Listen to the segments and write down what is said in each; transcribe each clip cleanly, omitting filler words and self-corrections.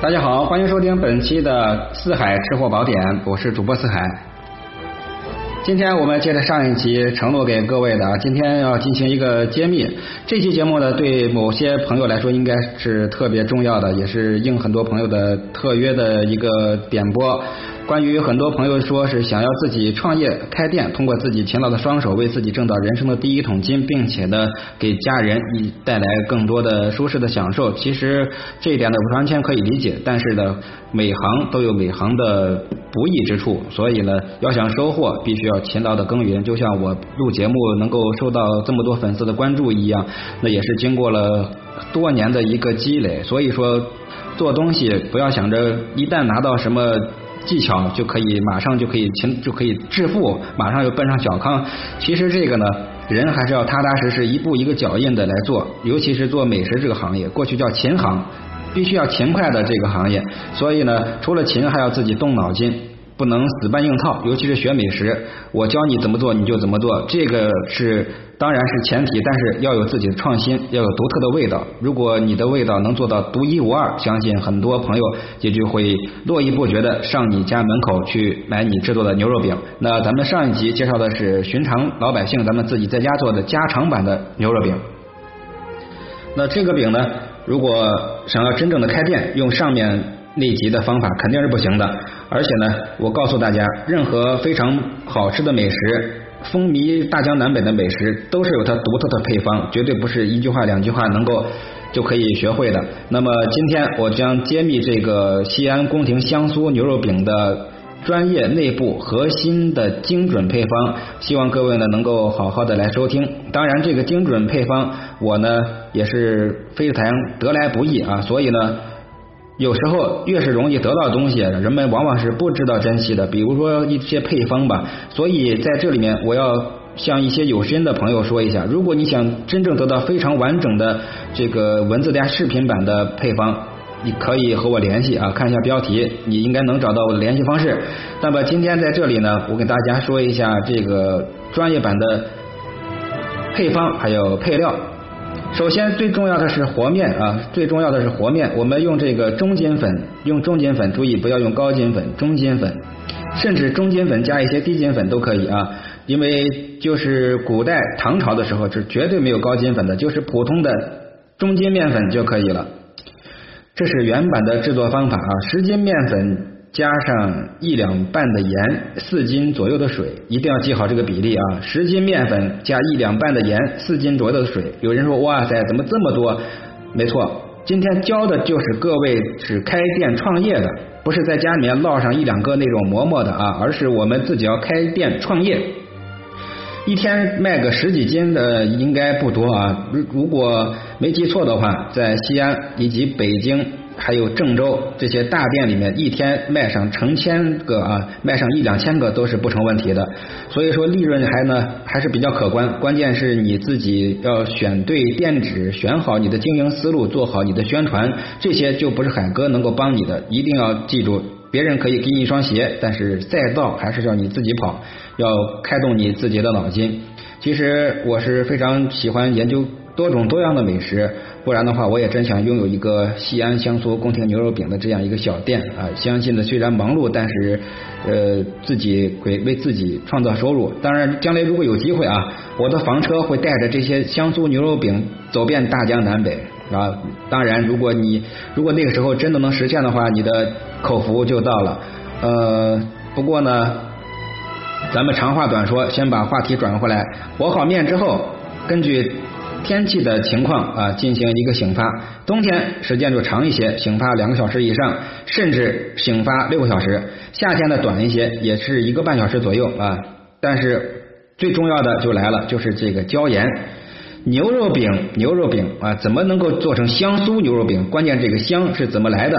大家好，欢迎收听本期的四海吃货宝典，我是主播四海。今天我们接着上一期承诺给各位的，今天要进行一个揭秘。这期节目呢，对某些朋友来说应该是特别重要的，也是应很多朋友的特约的一个点播。关于很多朋友说是想要自己创业开店，通过自己勤劳的双手为自己挣到人生的第一桶金，并且呢给家人带来更多的舒适的享受。其实这一点呢完全可以理解，但是呢每行都有每行的不易之处，所以呢要想收获必须要勤劳的耕耘。就像我录节目能够受到这么多粉丝的关注一样，那也是经过了多年的一个积累。所以说做东西不要想着一旦拿到什么技巧就可以马上就可以致富，马上就奔上小康。其实这个呢人还是要踏踏实实一步一个脚印的来做，尤其是做美食这个行业，过去叫勤行，必须要勤快的这个行业。所以呢除了勤还要自己动脑筋，不能死搬硬套，尤其是学美食，我教你怎么做你就怎么做，这个是当然是前提，但是要有自己的创新，要有独特的味道。如果你的味道能做到独一无二，相信很多朋友也就会络绎不绝的上你家门口去买你制作的牛肉饼。那咱们上一集介绍的是寻常老百姓咱们自己在家做的家常版的牛肉饼。那这个饼呢，如果想要真正的开店，用上面那集的方法肯定是不行的。而且呢我告诉大家，任何非常好吃的美食，风靡大江南北的美食都是有它独特的配方，绝对不是一句话两句话能够就可以学会的。那么今天我将揭秘这个西安宫廷香酥牛肉饼的专业内部核心的精准配方，希望各位呢能够好好的来收听。当然这个精准配方我呢也是非常得来不易啊，所以呢有时候越是容易得到的东西，人们往往是不知道珍惜的，比如说一些配方吧。所以在这里面我要向一些有心的朋友说一下，如果你想真正得到非常完整的这个文字加视频版的配方，你可以和我联系啊，看一下标题你应该能找到我的联系方式。那么今天在这里呢，我给大家说一下这个专业版的配方还有配料。首先最重要的是和面啊，最重要的是和面，我们用这个中筋粉，用中筋粉，注意不要用高筋粉，中筋粉，甚至中筋粉加一些低筋粉都可以啊。因为就是古代唐朝的时候是绝对没有高筋粉的，就是普通的中筋面粉就可以了。这是原版的制作方法啊，10斤面粉加上1两半的盐，4斤左右的水，一定要记好这个比例啊！10斤面粉加1两半的盐，4斤左右的水。有人说哇塞，怎么这么多？没错，今天教的就是各位是开店创业的，不是在家里面烙上1两个那种馍馍的啊，而是我们自己要开店创业。一天卖个10几斤的应该不多啊，如果没记错的话，在西安以及北京还有郑州这些大店里面，一天卖上成千个啊，卖上1、2千个都是不成问题的。所以说利润还是比较可观，关键是你自己要选对店址，选好你的经营思路，做好你的宣传，这些就不是海哥能够帮你的。一定要记住，别人可以给你一双鞋，但是赛道还是要你自己跑，要开动你自己的脑筋。其实我是非常喜欢研究多种多样的美食，不然的话我也真想拥有一个西安香酥宫廷牛肉饼的这样一个小店啊！相信的虽然忙碌，但是自己会为自己创造收入。当然将来如果有机会啊，我的房车会带着这些香酥牛肉饼走遍大江南北啊！当然如果那个时候真的能实现的话，你的口福就到了。不过呢咱们长话短说，先把话题转回来。和好面之后，根据天气的情况啊进行一个醒发。冬天时间就长一些，醒发2个小时以上，甚至醒发6个小时。夏天的短一些，也是1个半小时左右啊。但是最重要的就来了，就是这个椒盐。牛肉饼啊，怎么能够做成香酥牛肉饼？关键这个香是怎么来的？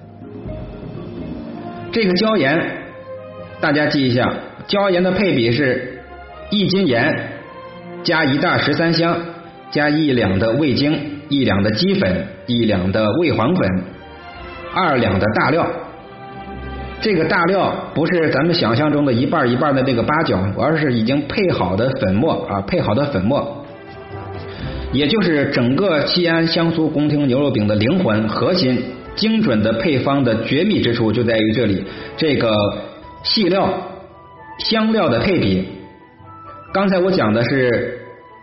这个椒盐大家记一下，椒盐的配比是1斤盐加1袋13香加1两的味精，1两的鸡粉，1两的味黄粉，2两的大料。这个大料不是咱们想象中的一半一半的那个八角，而是已经配好的粉末啊，配好的粉末，也就是整个西安香酥宫廷牛肉饼的灵魂核心， 精准的配方的绝密之处就在于这里，这个细料香料的配比。刚才我讲的是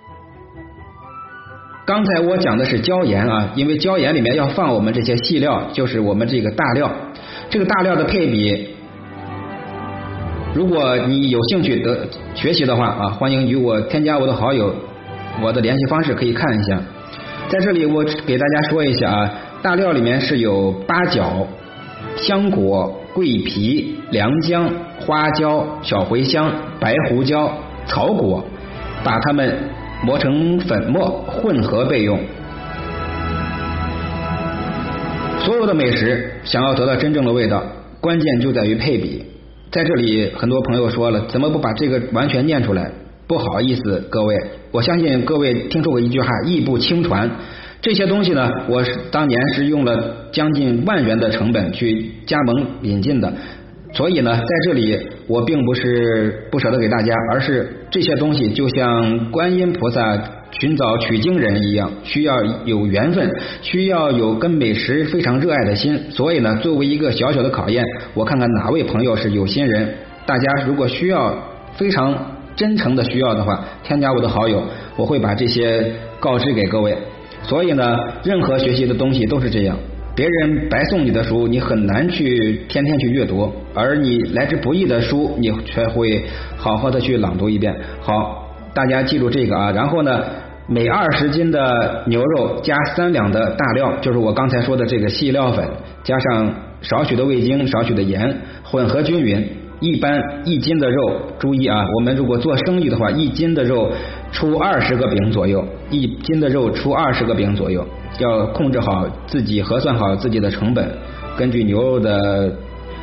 椒盐啊，因为椒盐里面要放我们这些细料，就是我们这个大料。这个大料的配比，如果你有兴趣的学习的话啊，欢迎与我添加我的好友，我的联系方式可以看一下。在这里我给大家说一下啊，大料里面是有八角、香果、桂皮、良姜、花椒、小茴香、白胡椒、草果，把它们磨成粉末混合备用。所有的美食想要得到真正的味道，关键就在于配比。在这里很多朋友说了，怎么不把这个完全念出来？不好意思各位，我相信各位听说过一句话，义不轻传。这些东西呢，我当年是用了将近10000元的成本去加盟引进的，所以呢，在这里我并不是不舍得给大家，而是这些东西就像观音菩萨寻找取经人一样，需要有缘分，需要有跟美食非常热爱的心。所以呢，作为一个小小的考验，我看看哪位朋友是有心人。大家如果需要非常真诚的需要的话，添加我的好友，我会把这些告知给各位。所以呢，任何学习的东西都是这样，别人白送你的书，你很难去天天去阅读，而你来之不易的书，你却会好好的去朗读一遍。好，大家记住这个啊。然后呢，每20斤的牛肉加3两的大料，就是我刚才说的这个细料粉，加上少许的味精、少许的盐，混合均匀。一般1斤的肉，注意啊，我们如果做生意的话，1斤的肉出20个饼左右，1斤的肉出20个饼左右，要控制好自己，核算好自己的成本，根据牛肉的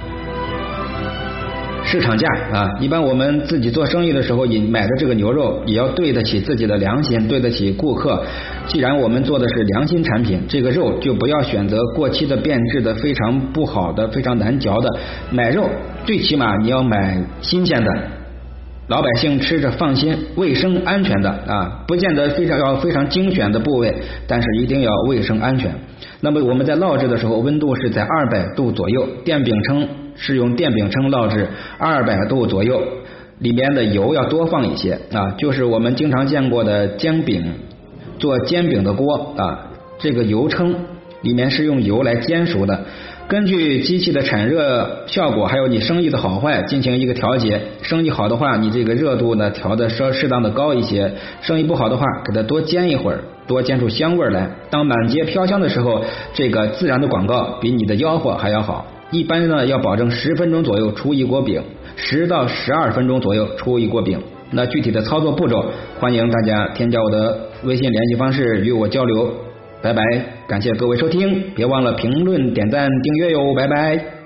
市场价啊，一般我们自己做生意的时候，你买的这个牛肉也要对得起自己的良心，对得起顾客。既然我们做的是良心产品，这个肉就不要选择过期的、变质的、非常不好的、非常难嚼的。买肉最起码你要买新鲜的，老百姓吃着放心、卫生安全的啊，不见得非常精选的部位，但是一定要卫生安全。那么我们在烙制的时候，温度是在200度左右，电饼铛是用电饼铛烙制，200度左右，里面的油要多放一些啊，就是我们经常见过的煎饼，做煎饼的锅啊，这个油称里面是用油来煎熟的。根据机器的产热效果，还有你生意的好坏进行一个调节。生意好的话，你这个热度呢调的适当的高一些；生意不好的话，给它多煎一会儿，多煎出香味来。当满街飘香的时候，这个自然的广告比你的吆喝还要好。一般呢要保证10分钟左右出一锅饼，10到12分钟左右出一锅饼。那具体的操作步骤，欢迎大家添加我的微信联系方式与我交流。拜拜，感谢各位收听，别忘了评论、点赞、订阅哟，拜拜。